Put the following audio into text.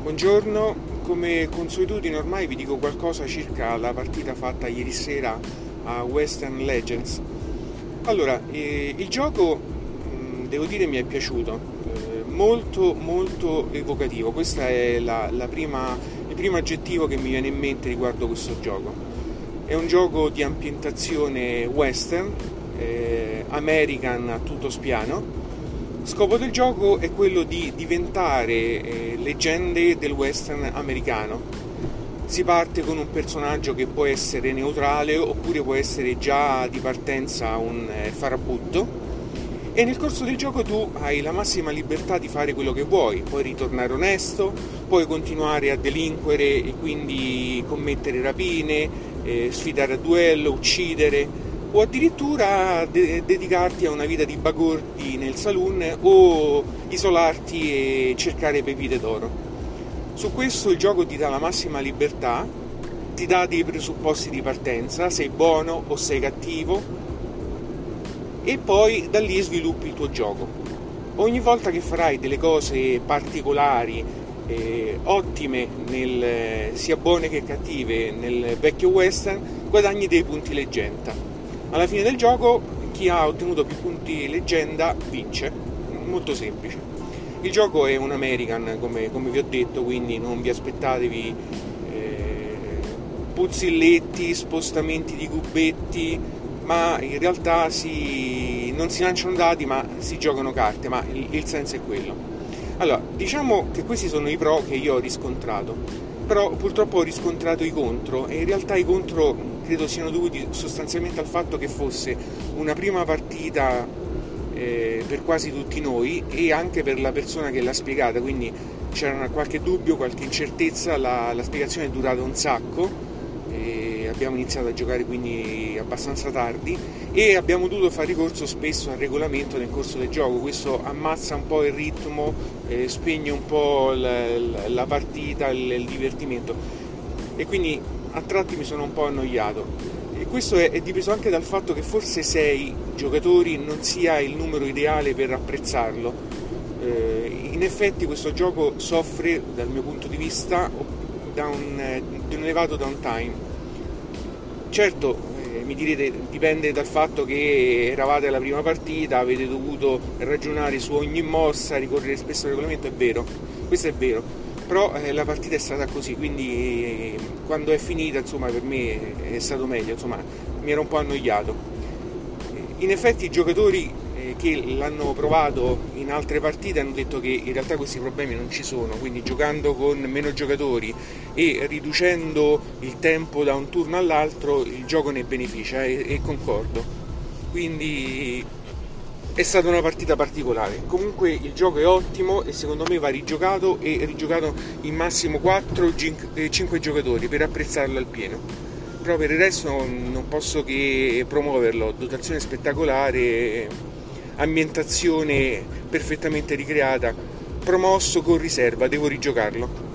Buongiorno, come consuetudine ormai vi dico qualcosa circa la partita fatta ieri sera a Western Legends. Allora, il gioco, devo dire, mi è piaciuto, molto molto evocativo. Questo è il primo aggettivo che mi viene in mente riguardo questo gioco. È un gioco di ambientazione western, American a tutto spiano. Scopo del gioco è quello di diventare leggende del western americano. Si parte con un personaggio che può essere neutrale oppure può essere già di partenza un farabutto, e nel corso del gioco tu hai la massima libertà di fare quello che vuoi. Puoi ritornare onesto, puoi continuare a delinquere e quindi commettere rapine, sfidare a duello, uccidere, o addirittura dedicarti a una vita di bagordi nel saloon o isolarti e cercare pepite d'oro. Su questo il gioco ti dà la massima libertà, ti dà dei presupposti di partenza: sei buono o sei cattivo, e poi da lì sviluppi il tuo gioco. Ogni volta che farai delle cose particolari, ottime, sia buone che cattive, nel vecchio western, guadagni dei punti leggenda. Alla fine del gioco chi ha ottenuto più punti leggenda vince, molto semplice. Il gioco è un American, come vi ho detto, quindi non vi aspettatevi puzzilletti, spostamenti di cubetti, ma in realtà non si lanciano dadi ma si giocano carte, ma il senso è quello. Allora, diciamo che questi sono i pro che io ho riscontrato, però purtroppo ho riscontrato i contro, e in realtà i contro credo siano dovuti sostanzialmente al fatto che fosse una prima partita per quasi tutti noi e anche per la persona che l'ha spiegata, quindi c'era qualche dubbio, qualche incertezza. La spiegazione è durata un sacco, abbiamo iniziato a giocare quindi abbastanza tardi e abbiamo dovuto fare ricorso spesso al regolamento nel corso del gioco. Questo ammazza un po' il ritmo, spegne un po' la partita, il divertimento, e quindi a tratti mi sono un po' annoiato. E questo è dipeso anche dal fatto che forse 6 giocatori non sia il numero ideale per apprezzarlo. In effetti questo gioco soffre, dal mio punto di vista, di un elevato downtime. Certo, mi direte, dipende dal fatto che eravate alla prima partita, avete dovuto ragionare su ogni mossa, ricorrere spesso al regolamento. È vero, questo è vero, però la partita è stata così, quindi quando è finita, insomma, per me è stato meglio, insomma, mi ero un po' annoiato. In effetti i giocatori che l'hanno provato in altre partite hanno detto che in realtà questi problemi non ci sono, quindi giocando con meno giocatori e riducendo il tempo da un turno all'altro il gioco ne beneficia, e concordo. Quindi è stata una partita particolare. Comunque il gioco è ottimo e secondo me va rigiocato, e rigiocato in massimo 4-5 giocatori per apprezzarlo al pieno. Però per il resto non posso che promuoverlo: dotazione spettacolare, ambientazione perfettamente ricreata, promosso con riserva, devo rigiocarlo.